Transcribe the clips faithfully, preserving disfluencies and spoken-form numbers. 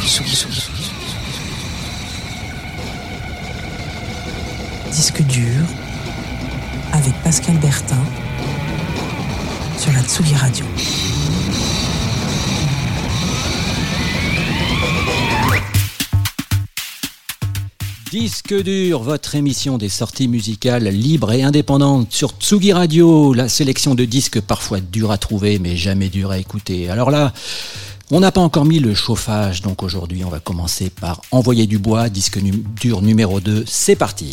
Disque dur avec Pascal Bertin sur la Tsugi Radio. Disque dur, votre émission des sorties musicales libres et indépendantes sur Tsugi Radio, la sélection de disques parfois durs à trouver mais jamais durs à écouter. Alors là, on n'a pas encore mis le chauffage, donc aujourd'hui on va commencer par Envoyer du bois, disque nu- dur numéro deux, c'est parti.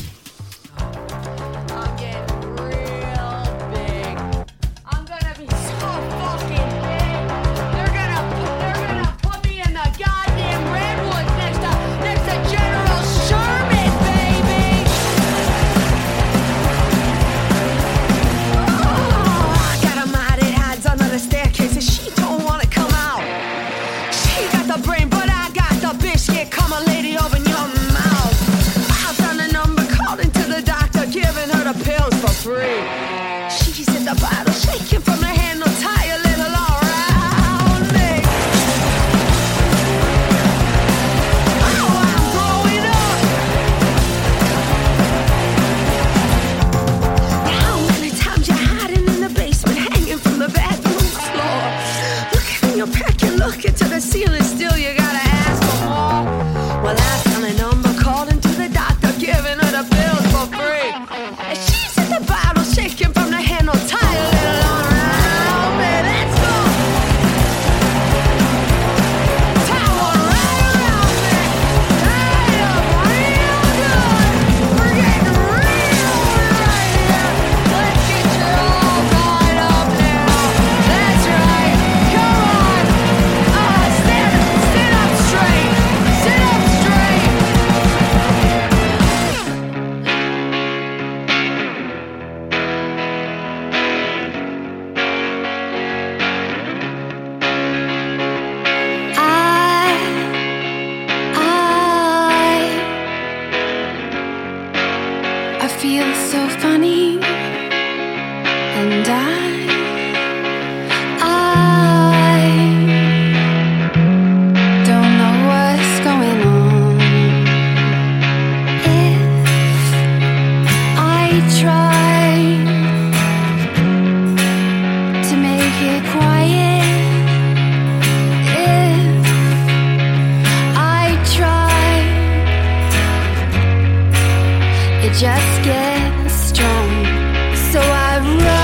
Just get strong, so I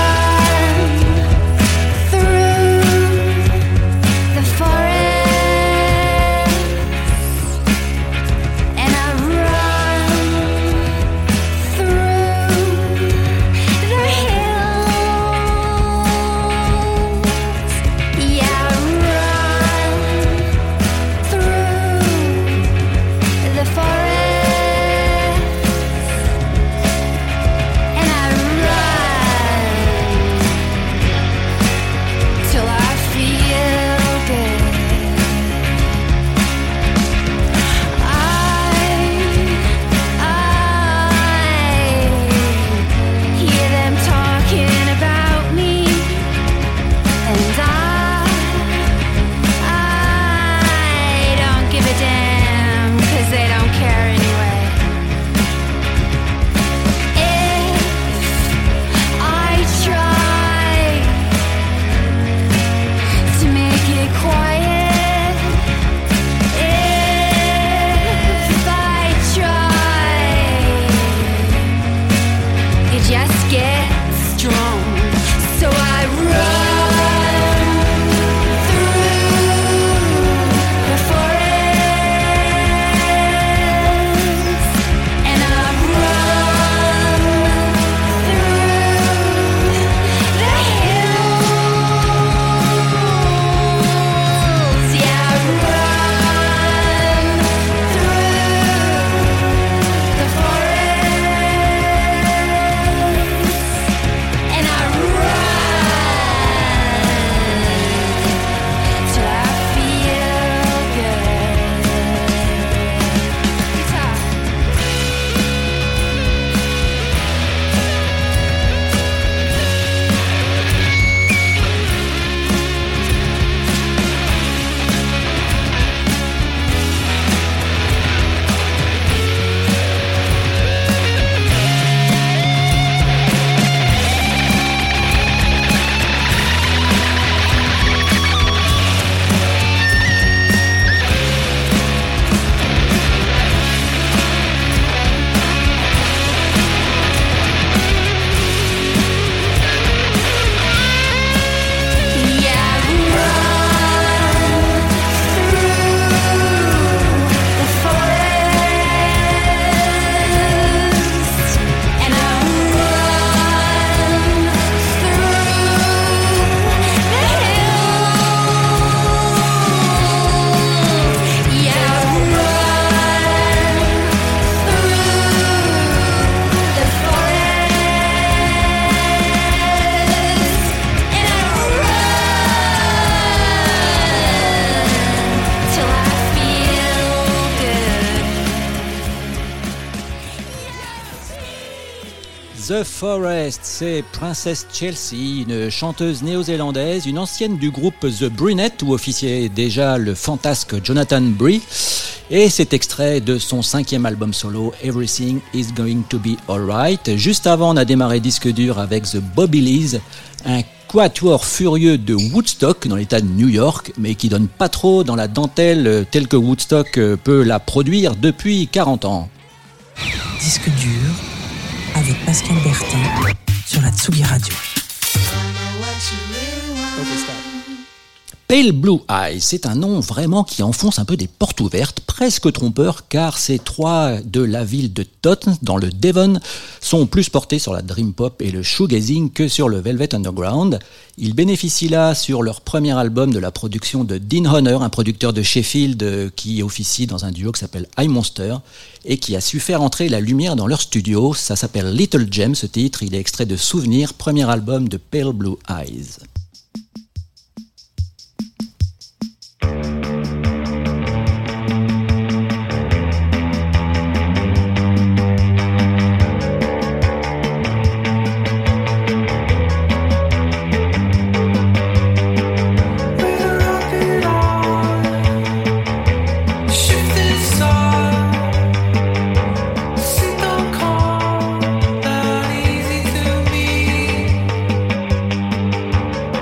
run through the forest, and I run through the hills. Yeah, I run through the forest. The Forest, c'est Princess Chelsea, une chanteuse néo-zélandaise, une ancienne du groupe The Brunettes où officiait déjà le fantasque Jonathan Bree. Et cet extrait de son cinquième album solo, Everything is Going to Be Alright. Juste avant, on a démarré disque dur avec The Bobbleys, un quatuor furieux de Woodstock dans l'état de New York, mais qui donne pas trop dans la dentelle telle que Woodstock peut la produire depuis quarante ans. Disque dur avec Pascal Bertin sur la Tsugi Radio. Pale Blue Eyes, c'est un nom vraiment qui enfonce un peu des portes ouvertes, presque trompeur, car ces trois de la ville de Taunton, dans le Devon, sont plus portés sur la dream pop et le shoegazing que sur le Velvet Underground. Ils bénéficient là, sur leur premier album, de la production de Dean Honor, un producteur de Sheffield qui officie dans un duo qui s'appelle I Monster et qui a su faire entrer la lumière dans leur studio. Ça s'appelle Little Gem, ce titre. Il est extrait de Souvenir, premier album de Pale Blue Eyes. Easy to me.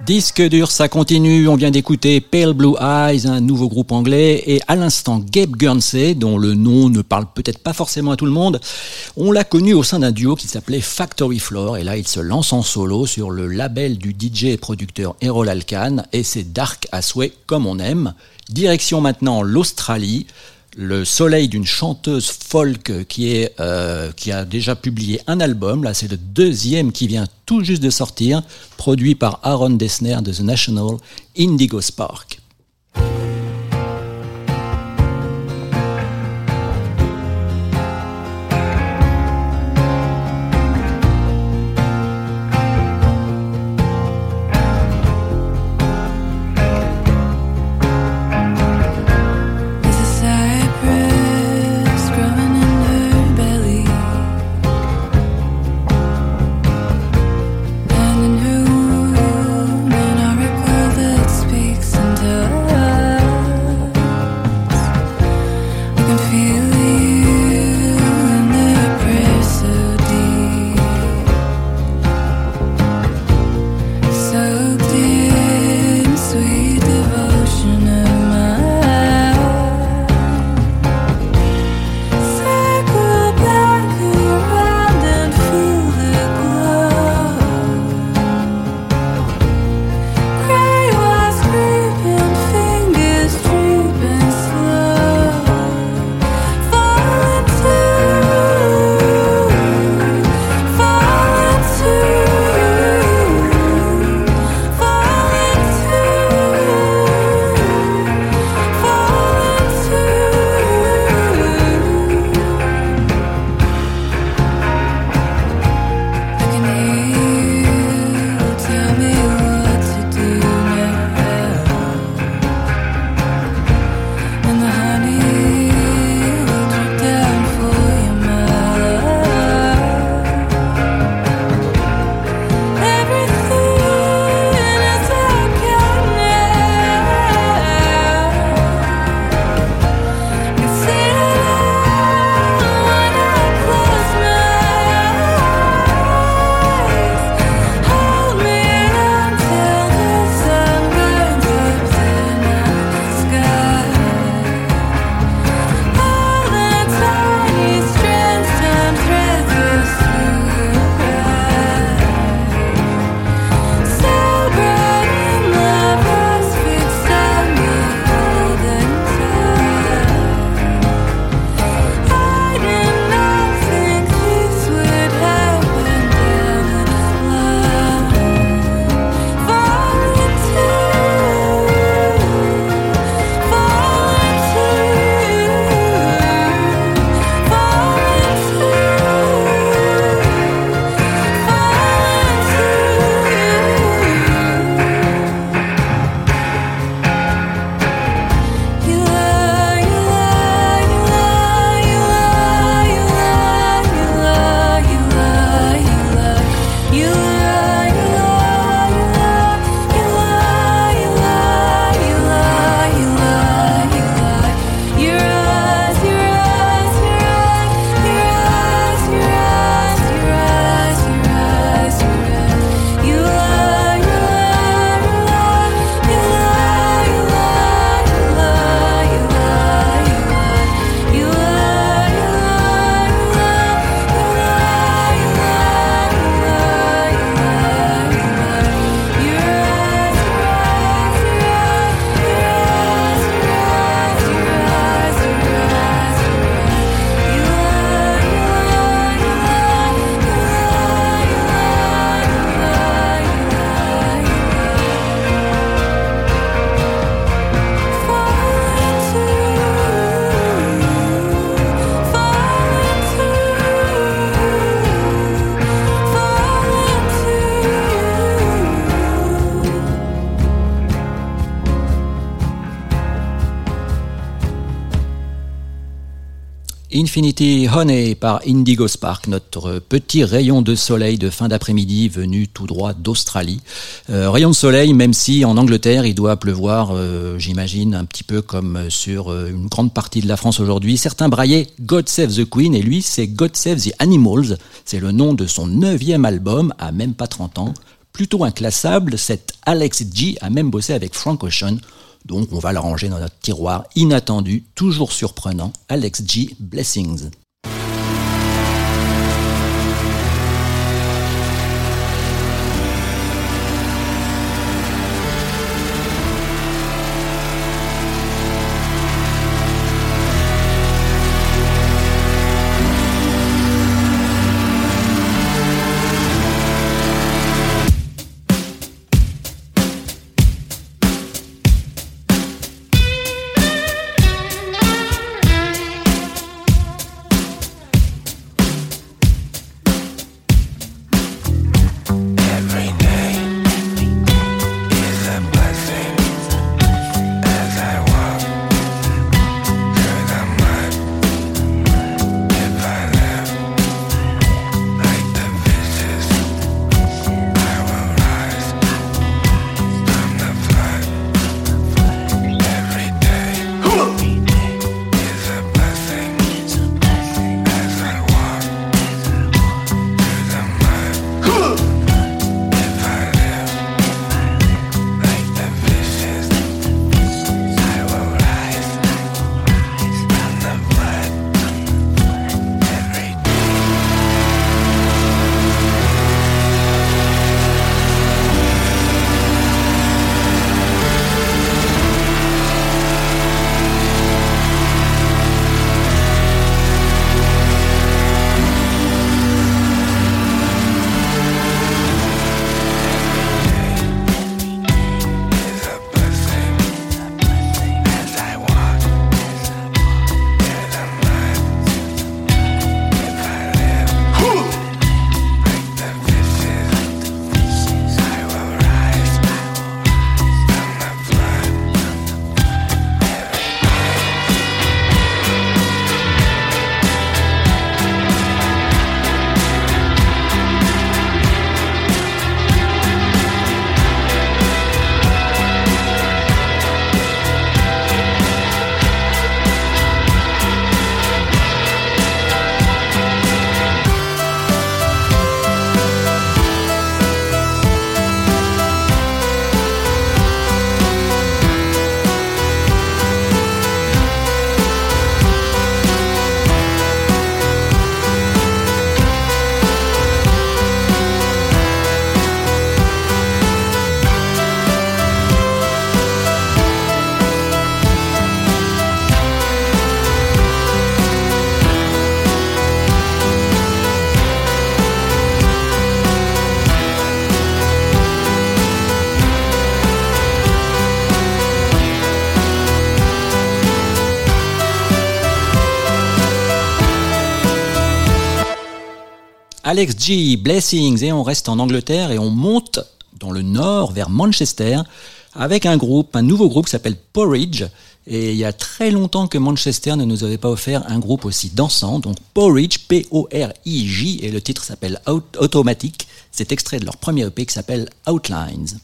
Disque dur, ça continue. On vient d'écouter Pale Blue Eyes, un nouveau groupe anglais, et à l'instant Gabe Gurnsey, dont le nom ne parle peut-être pas forcément à tout le monde. On l'a connu au sein d'un duo qui s'appelait Factory Floor, et là il se lance en solo sur le label du D J et producteur Errol Alkan, et c'est dark à souhait comme on aime. Direction maintenant l'Australie. Le soleil d'une chanteuse folk qui est euh, qui a déjà publié un album. Là, c'est le deuxième qui vient tout juste de sortir, produit par Aaron Dessner de The National, Indigo Spark. Infinity Honey par Indigo Spark, notre petit rayon de soleil de fin d'après-midi venu tout droit d'Australie. Euh, rayon de soleil, même si en Angleterre il doit pleuvoir, euh, j'imagine, un petit peu comme sur euh, une grande partie de la France aujourd'hui. Certains braillaient God Save the Queen et lui c'est God Save the Animals. C'est le nom de son neuvième album à même pas trente ans. plutôt inclassable, cet Alex G a même bossé avec Frank Ocean, donc on va le ranger dans notre tiroir inattendu, toujours surprenant, Alex G, Blessings. Alex G, Blessings, et on reste en Angleterre et on monte dans le nord vers Manchester avec un groupe, un nouveau groupe qui s'appelle Porridge. Et il y a très longtemps que Manchester ne nous avait pas offert un groupe aussi dansant. Donc Porridge, P O R I J, et le titre s'appelle Automatic. C'est extrait de leur premier E P qui s'appelle Outlines.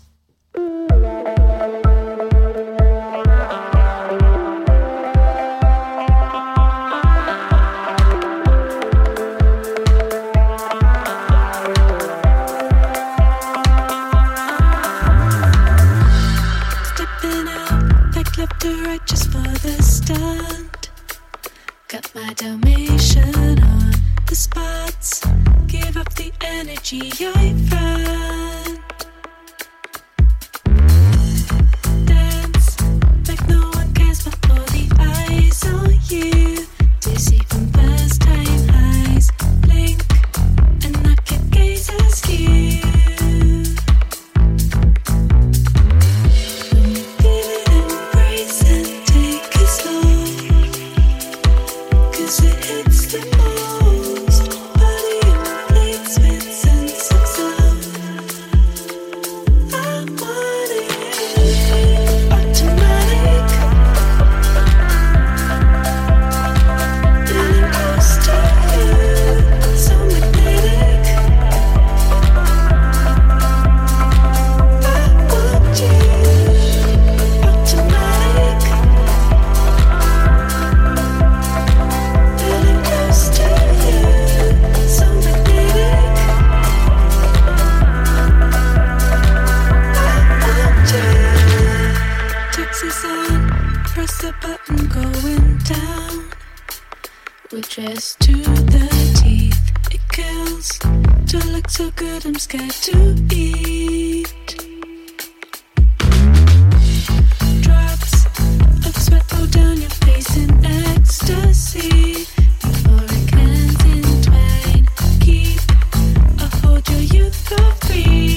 Left to right just for the stunt. Got my Dalmatian on the spots. Give up the energy I front. Dance like no one cares, but all the eyes on you. Dizzy from first time highs. Blink and knock your gaze askew. It hits the most, body inflates with sense of self. so good I'm scared to eat. Drops of sweat roll down your face in ecstasy. Euphoric hands entwine, keep a hold your youth go free.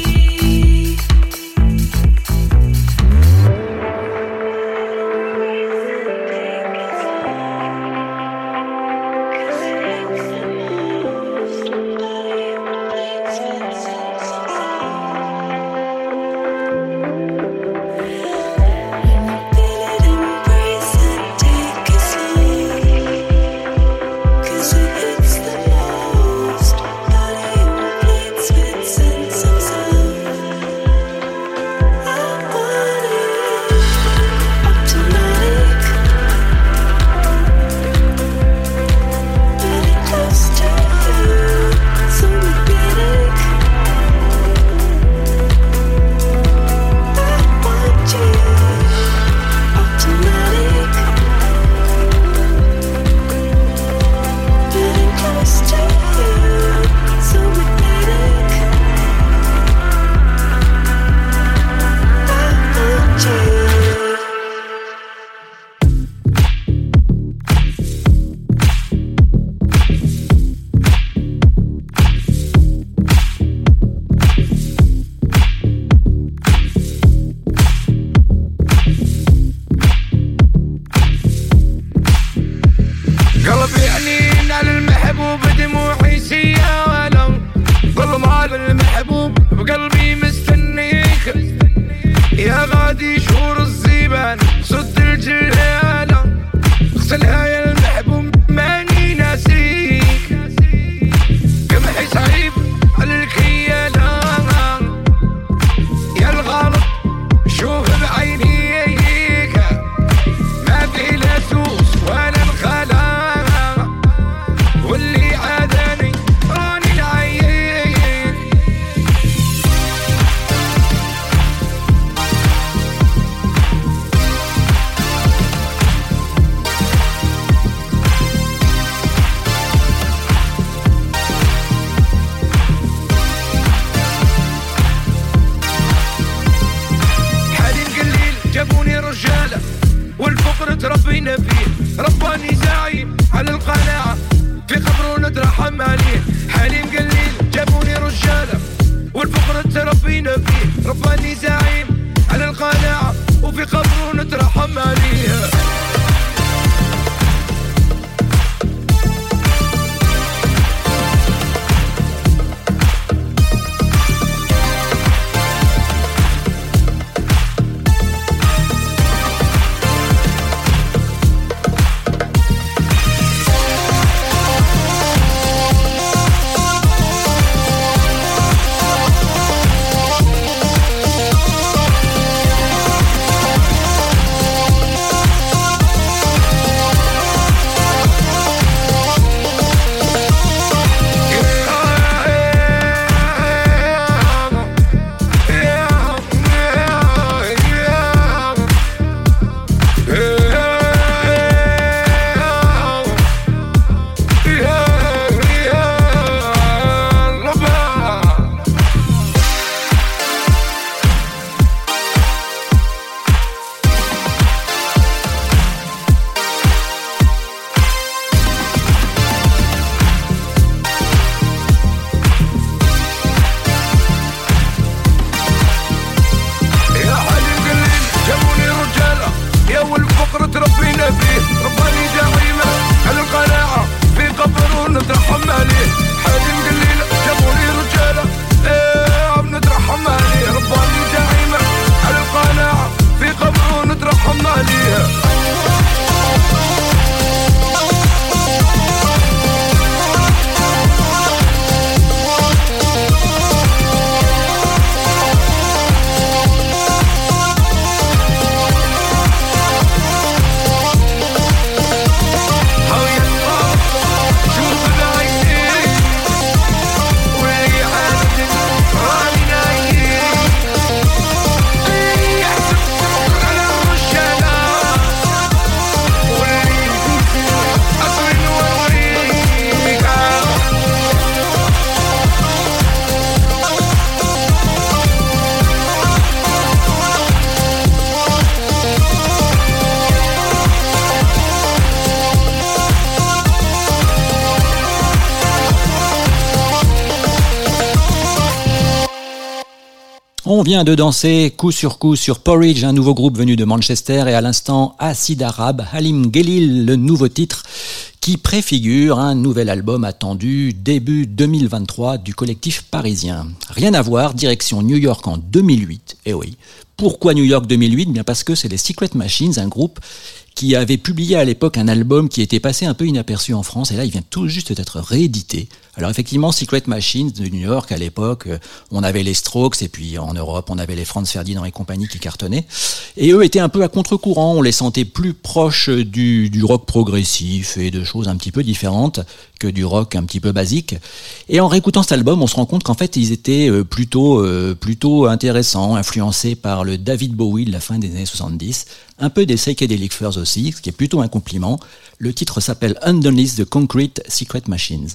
On vient de danser coup sur coup sur Porridge, un nouveau groupe venu de Manchester, et à l'instant Acid Arabe, Halim Gelil, le nouveau titre qui préfigure un nouvel album attendu début deux mille vingt-trois du collectif parisien. Rien à voir, direction New York en deux mille huit. Eh oui. Pourquoi New York deux mille huit ? Bien parce que c'est les Secret Machines, un groupe qui avait publié à l'époque un album qui était passé un peu inaperçu en France, et là il vient tout juste d'être réédité. Alors effectivement, Secret Machines de New York, à l'époque, on avait les Strokes, et puis en Europe, on avait les Franz Ferdinand et compagnie qui cartonnaient, et eux étaient un peu à contre-courant, on les sentait plus proches du, du rock progressif et de choses un petit peu différentes que du rock un petit peu basique. Et en réécoutant cet album, on se rend compte qu'en fait, ils étaient plutôt, euh, plutôt intéressants, influencés par le David Bowie de la fin des années soixante-dix, un peu des Psychedelic Furs aussi, ce qui est plutôt un compliment. Le titre s'appelle Underneath the Concrete, Secret Machines.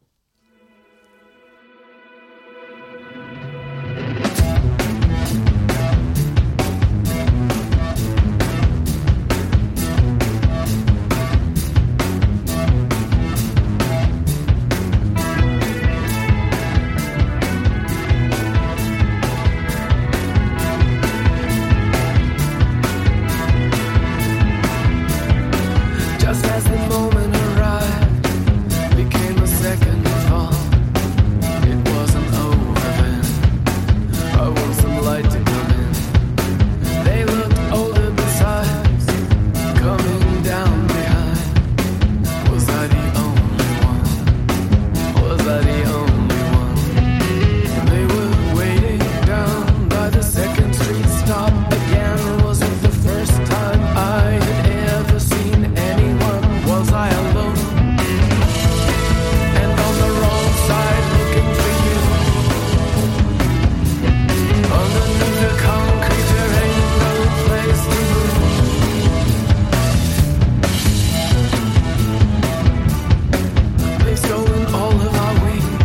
Just as the moment arrived, became a second fall. It wasn't over then. I want some light to come in. They looked older besides, coming down behind. Was I the only one? Was I the only one? They were waiting down by the Second Street stop again. Was it the first time I had ever seen anyone? Was I alone? And on the wrong side looking for you. Underneath the concrete there ain't no place to move. They've stolen all of our wings.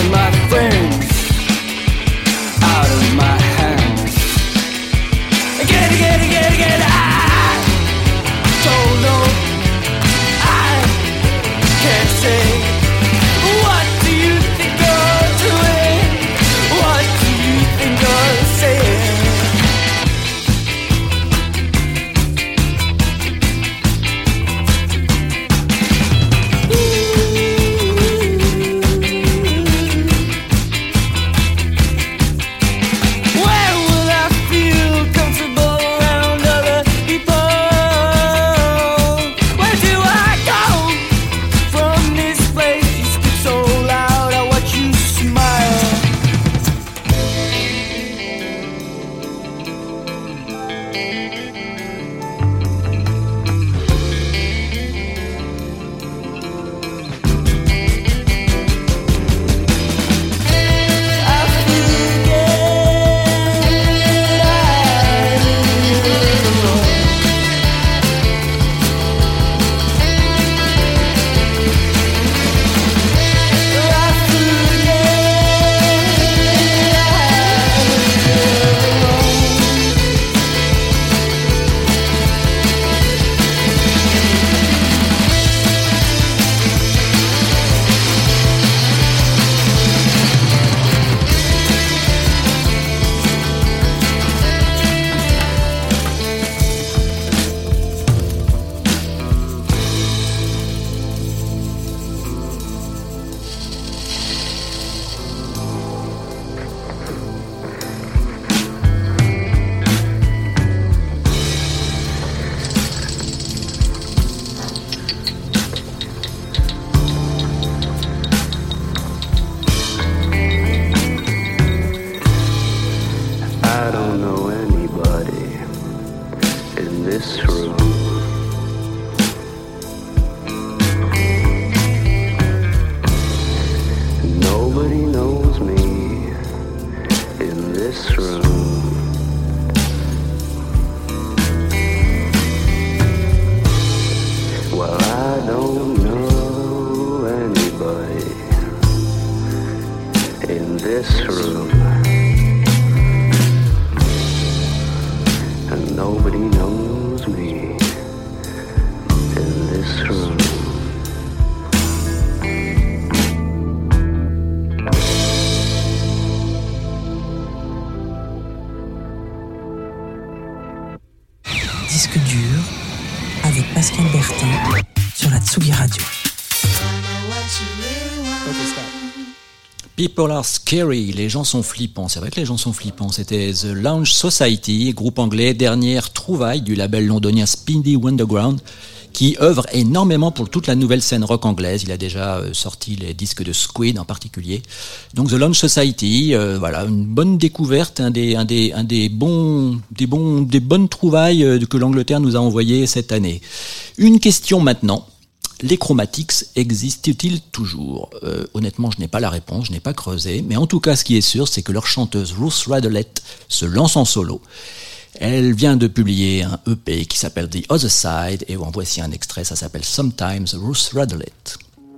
and my friends out of my hands. Get it, get it, get it, get it. I don't know. I can't say. What do you think you're doing? What do you think you're saying? Where will I feel comfortable around other people? Where do I go from this place? You speak so loud, I watch you smile. I forget I don't know anybody in this room. Nobody knows me in this room. Well, I don't know anybody in this room. And nobody knows me in this room. Disque dur avec Pascal Bertin sur la Tsugi Radio. People are scary, les gens sont flippants. C'est vrai que les gens sont flippants. C'était The Lounge Society, groupe anglais, dernière trouvaille du label londonien Speedy Wonderground, qui œuvre énormément pour toute la nouvelle scène rock anglaise. Il a déjà euh, sorti les disques de Squid en particulier. Donc The Lounge Society, euh, voilà, une bonne découverte, un des, un des, un des bons, des bons, des bonnes trouvailles euh, que l'Angleterre nous a envoyées cette année. Une question maintenant. Les Chromatics existent-ils toujours ? euh, Honnêtement, je n'ai pas la réponse, je n'ai pas creusé, mais en tout cas, ce qui est sûr, c'est que leur chanteuse Ruth Radlett se lance en solo. Elle vient de publier un E P qui s'appelle The Other Side, et en voici un extrait, ça s'appelle Sometimes Ruth Radlett.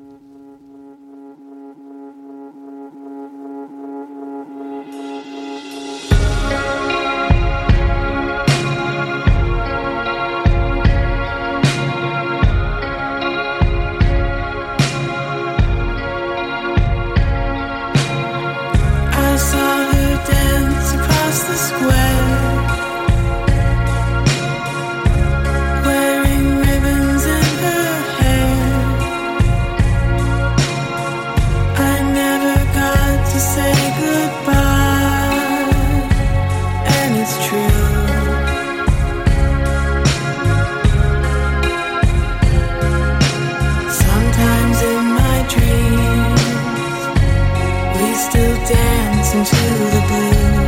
I saw her dance across the square, wearing ribbons in her hair. I never got to say goodbye, and it's true. Sometimes in my dreams we still dance into the blue.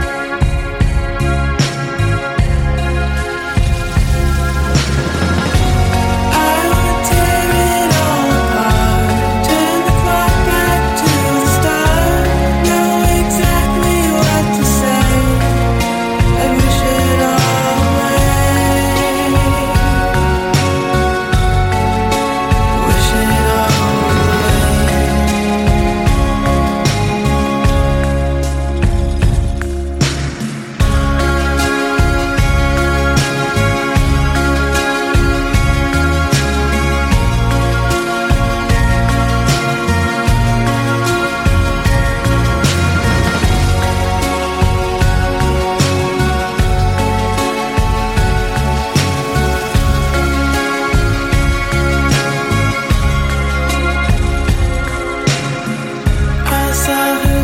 I would tear it all apart, turn the clock back to the start, know exactly what to say, and wish it all away. Wish it all away.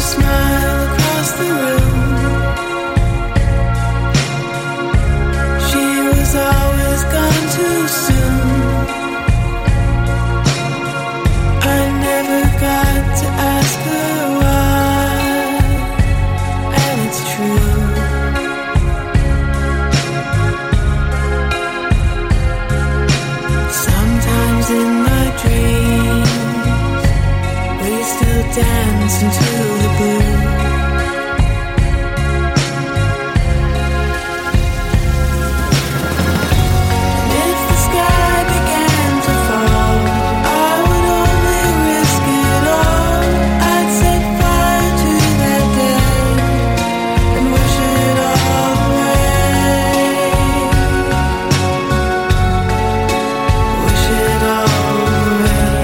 smile across the room. She was always gone too soon. I never got to ask her why, and it's true. Sometimes in my dreams we still dance into the blue. If the sky began to fall, I would only risk it all. I'd set fire to that day and wish it all away. Wish it all away.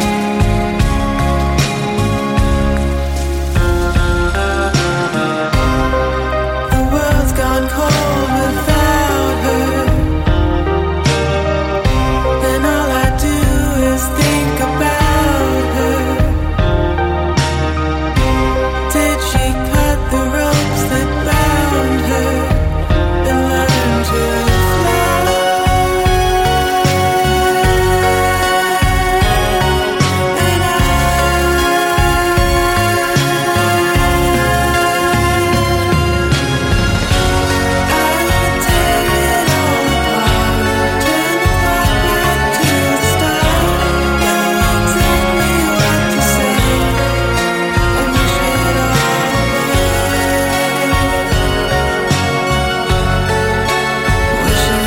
The world's gone cold without her. Then all I do is think about her. Did she cut the ropes that bound her and learn to fly? And I, I would tear it all apart, turn the clock back to the start, know exactly what to say, and wish it all away. Wish it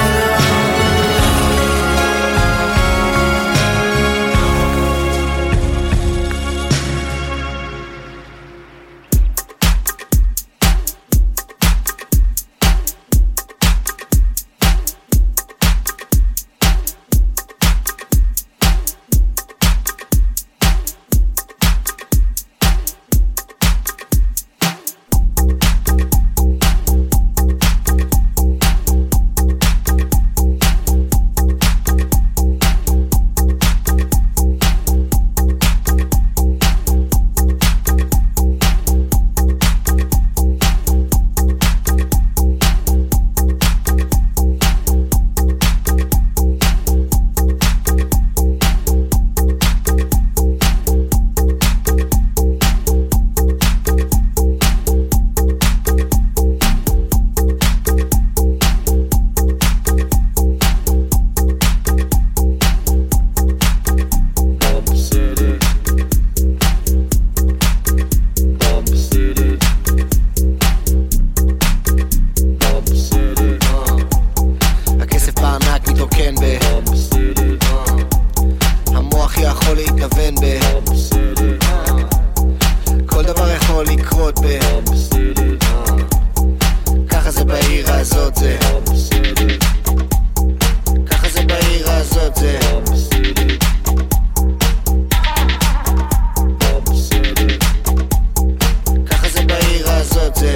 הכסף בענק מתרוקן ב המוח יכול להתגוון ב כל דבר יכול לקרות ב ככה זה בעיר הזאת זה ככה זה בעיר הזאת זה ככה זה בעיר הזאת זה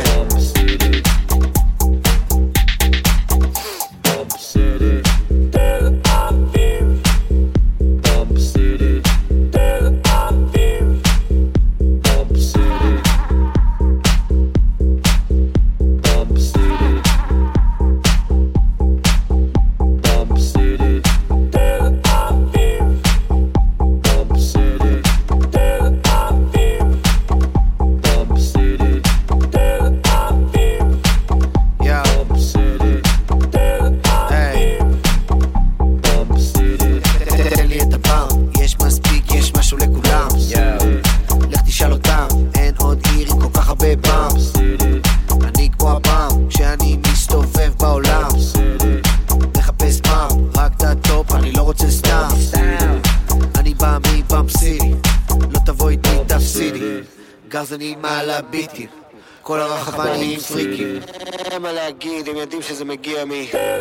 גרזנים על הביטים כל הרחבה נהיים פריקים אין מה להגיד, הם יודעים שזה מגיע מ...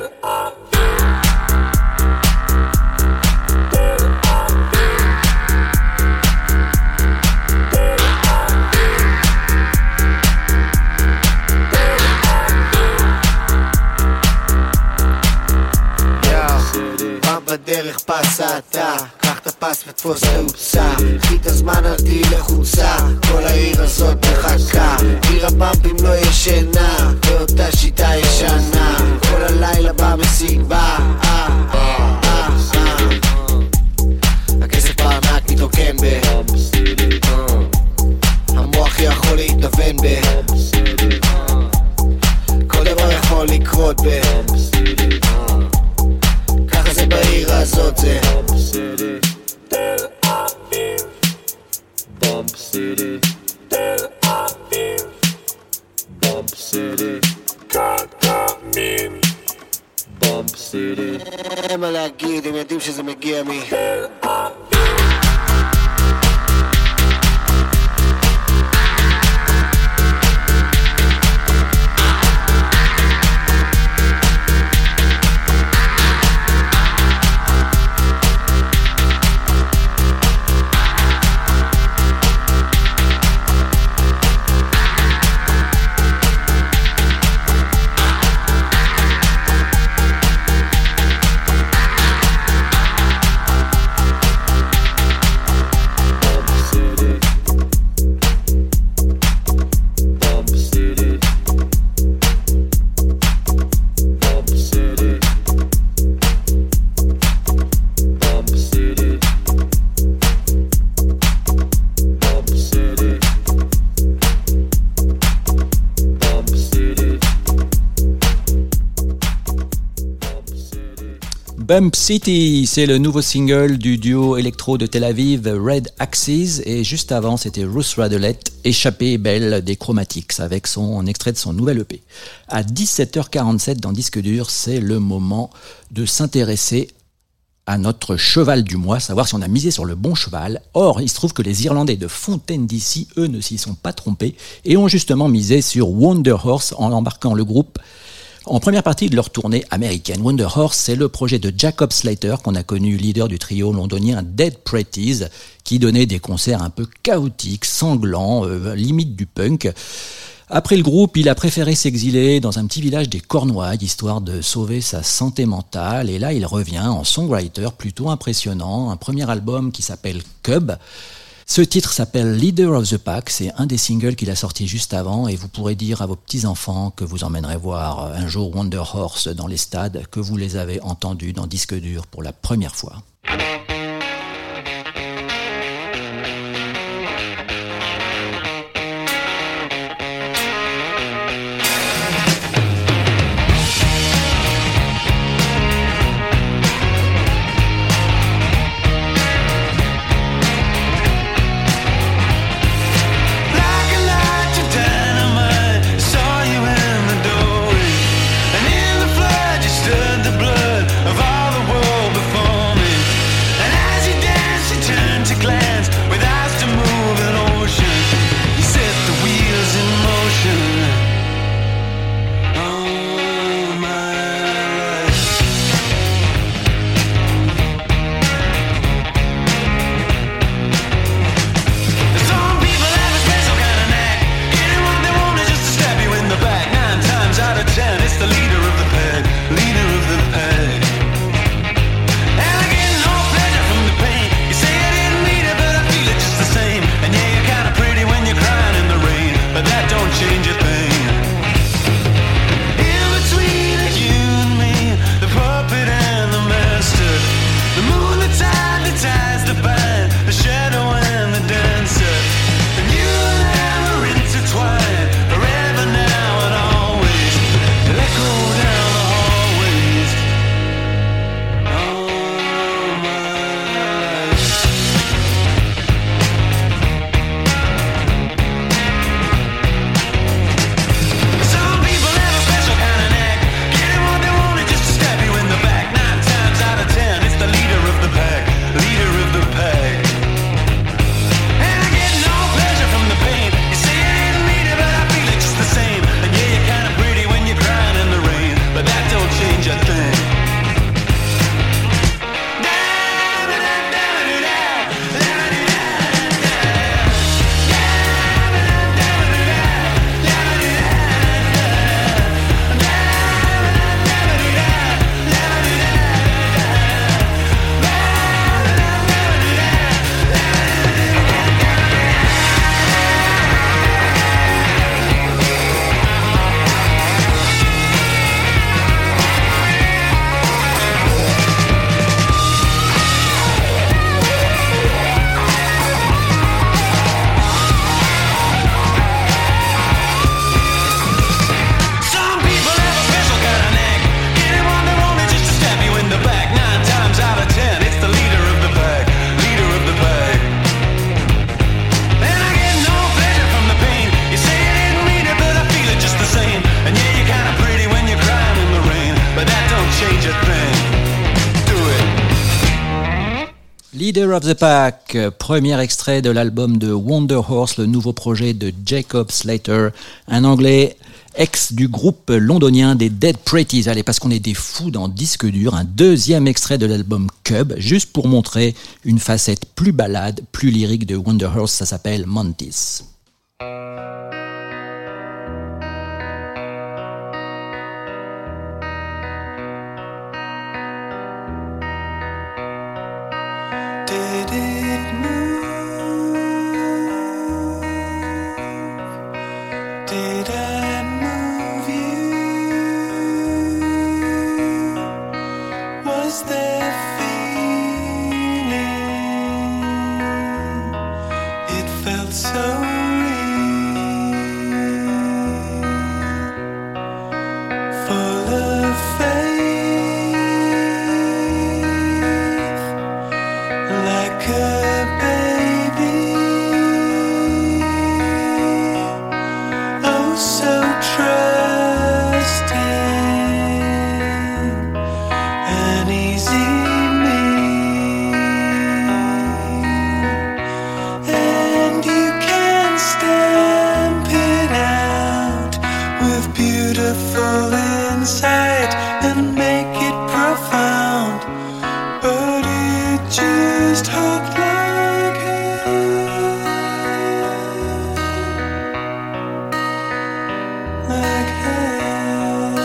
בדרך פס אתה, קח את הפס ותפוס תאוצה, קחי את הזמן אל תהי לחוצה, כל העיר הזאת מחכה להתאמן ב כל דבר יכול לקרות ב ככה זה בעיר הזאת זה Bump City Tel Aviv Bump City קטמין Bump City אין מה להגיד, הם יודעים שזה מגיע מ... Bump City, c'est le nouveau single du duo électro de Tel Aviv, Red Axes, et juste avant c'était Ruth Radelette, Échappée belle des Chromatics, avec son extrait de son nouvel E P. À dix-sept heures quarante-sept dans Disque Dur, c'est le moment de s'intéresser à notre cheval du mois, savoir si on a misé sur le bon cheval. Or, il se trouve que les Irlandais de Fontaine D C, eux, ne s'y sont pas trompés, et ont justement misé sur Wonder Horse en embarquant le groupe en première partie de leur tournée américaine. Wonder Horse, c'est le projet de Jacob Slater, qu'on a connu leader du trio londonien Dead Pretties, qui donnait des concerts un peu chaotiques, sanglants, euh, limite du punk. Après le groupe, il a préféré s'exiler dans un petit village des Cornouailles, histoire de sauver sa santé mentale, et là il revient en songwriter plutôt impressionnant, un premier album qui s'appelle Cub. Ce titre s'appelle Leader of the Pack, c'est un des singles qu'il a sorti juste avant, et vous pourrez dire à vos petits-enfants que vous emmènerez voir un jour Wonder Horse dans les stades, que vous les avez entendus dans Disque Dur pour la première fois. Stood the blood of all the world before me. Leader of the Pack, premier extrait de l'album de Wonder Horse, le nouveau projet de Jacob Slater, un Anglais ex du groupe londonien des Dead Pretties. Allez, parce qu'on est des fous dans disque dur, un deuxième extrait de l'album Cub, juste pour montrer une facette plus balade, plus lyrique de Wonder Horse, ça s'appelle Montis. Did it move? Did I move you? Was there feeling? It felt so real, full of faith, like a baby, oh so trusting, an easy meal, and you can stamp it out with beautiful insight and make it profound. But it just hooked like hell, like hell.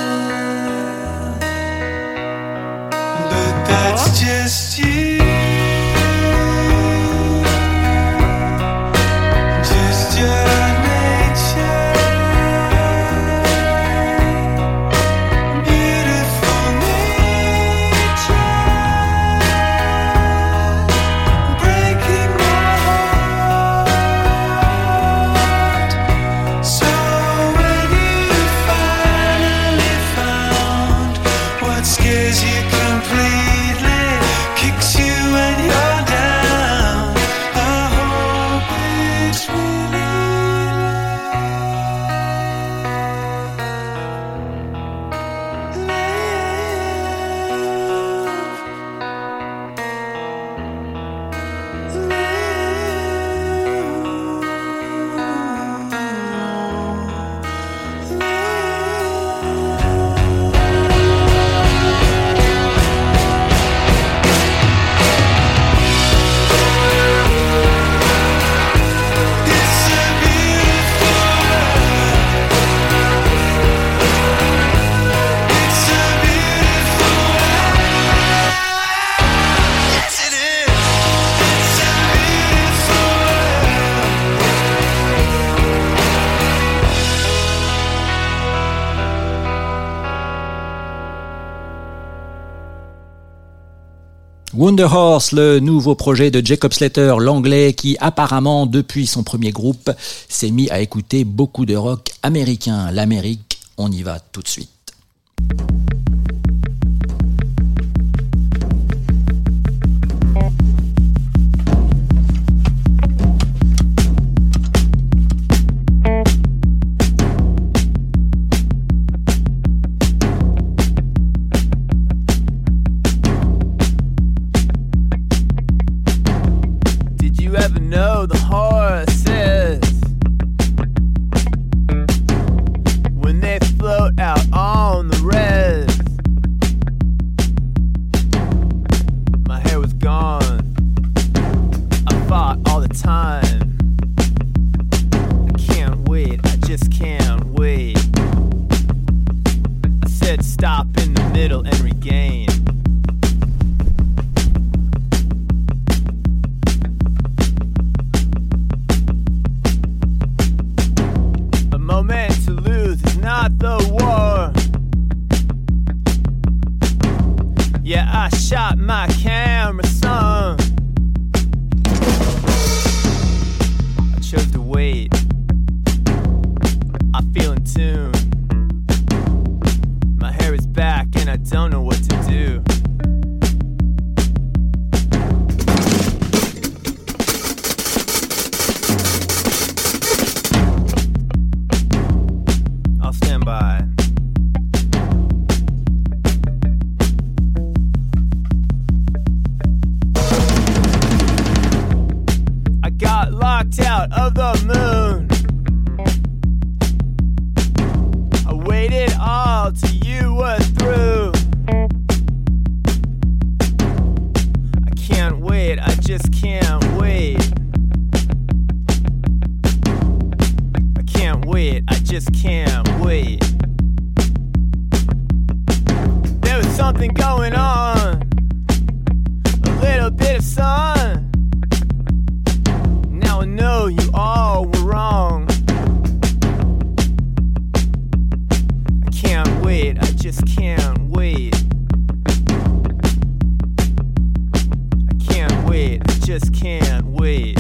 But that's just you, just your nature, beautiful nature. Breaking my heart. So when you finally found what scares you completely, kicks you when you're down, I hope it's really It's a beautiful world. It's a beautiful world. Yes, it is. It's a beautiful Wonder Horse, le nouveau projet de Jacob Slater, l'anglais qui apparemment, depuis son premier groupe, s'est mis à écouter beaucoup de rock américain. L'Amérique, on y va tout de suite. Did you ever know the horses when they float out on the res? My hair was gone. I fought all the time. I can't wait. I just can't wait. I said stop in the middle and regain. A moment to lose is not the war. Yeah, I shot my camera some. I chose to wait. I feel in tune. My hair is back and I don't know what to do. I'll stand by. wait, I just can't wait. There was something going on, a little bit of sun. Now I know you all were wrong. I can't wait, I just can't wait. I can't wait, I just can't wait.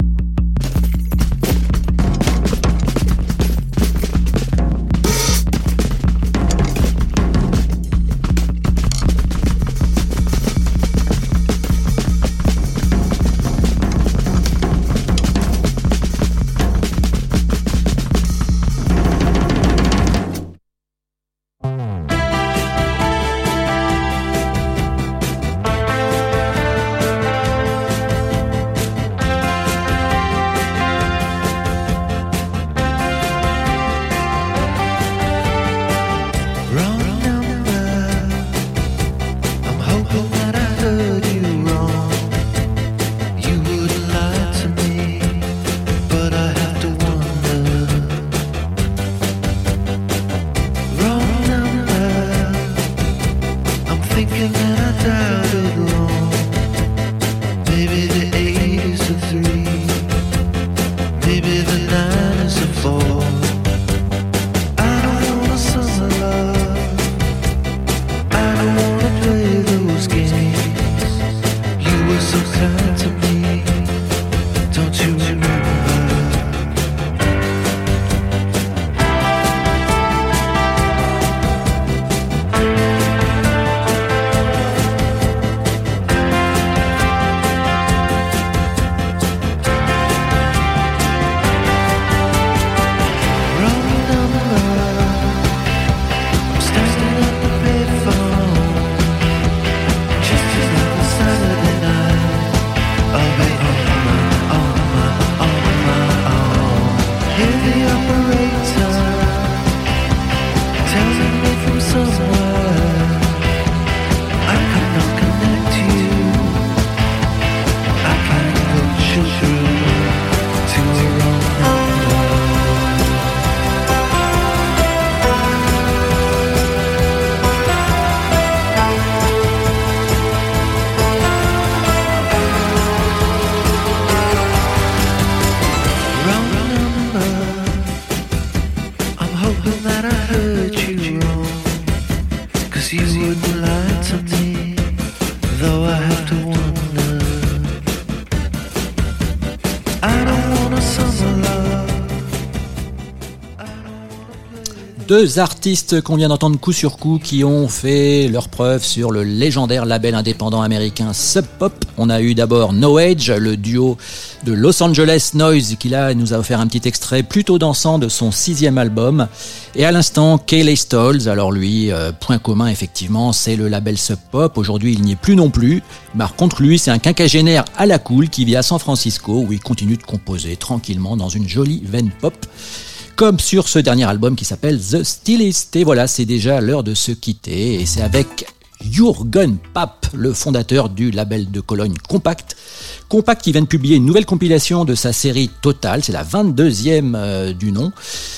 Deux artistes qu'on vient d'entendre coup sur coup qui ont fait leur preuve sur le légendaire label indépendant américain Sub Pop. On a eu d'abord No Age, le duo de Los Angeles Noise qui là nous a offert un petit extrait plutôt dansant de son sixième album. Et à l'instant, Kehley Stoltz, alors lui, euh, point commun effectivement, c'est le label Sub Pop. Aujourd'hui il n'y est plus non plus. Par contre lui, c'est un quinquagénaire à la cool qui vit à San Francisco où il continue de composer tranquillement dans une jolie veine pop. Comme sur ce dernier album qui s'appelle The Stylist. Et voilà, c'est déjà l'heure de se quitter. Et c'est avec Jürgen Papp, le fondateur du label de Cologne Compact. Compact qui vient de publier une nouvelle compilation de sa série Total. C'est la vingt-deuxième euh, du nom.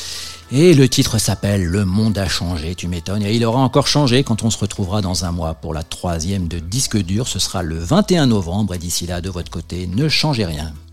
Et le titre s'appelle Le monde a changé, tu m'étonnes. Et il aura encore changé quand on se retrouvera dans un mois pour la troisième de Disque Dur. Ce sera le vingt et un novembre. Et d'ici là, de votre côté, ne changez rien.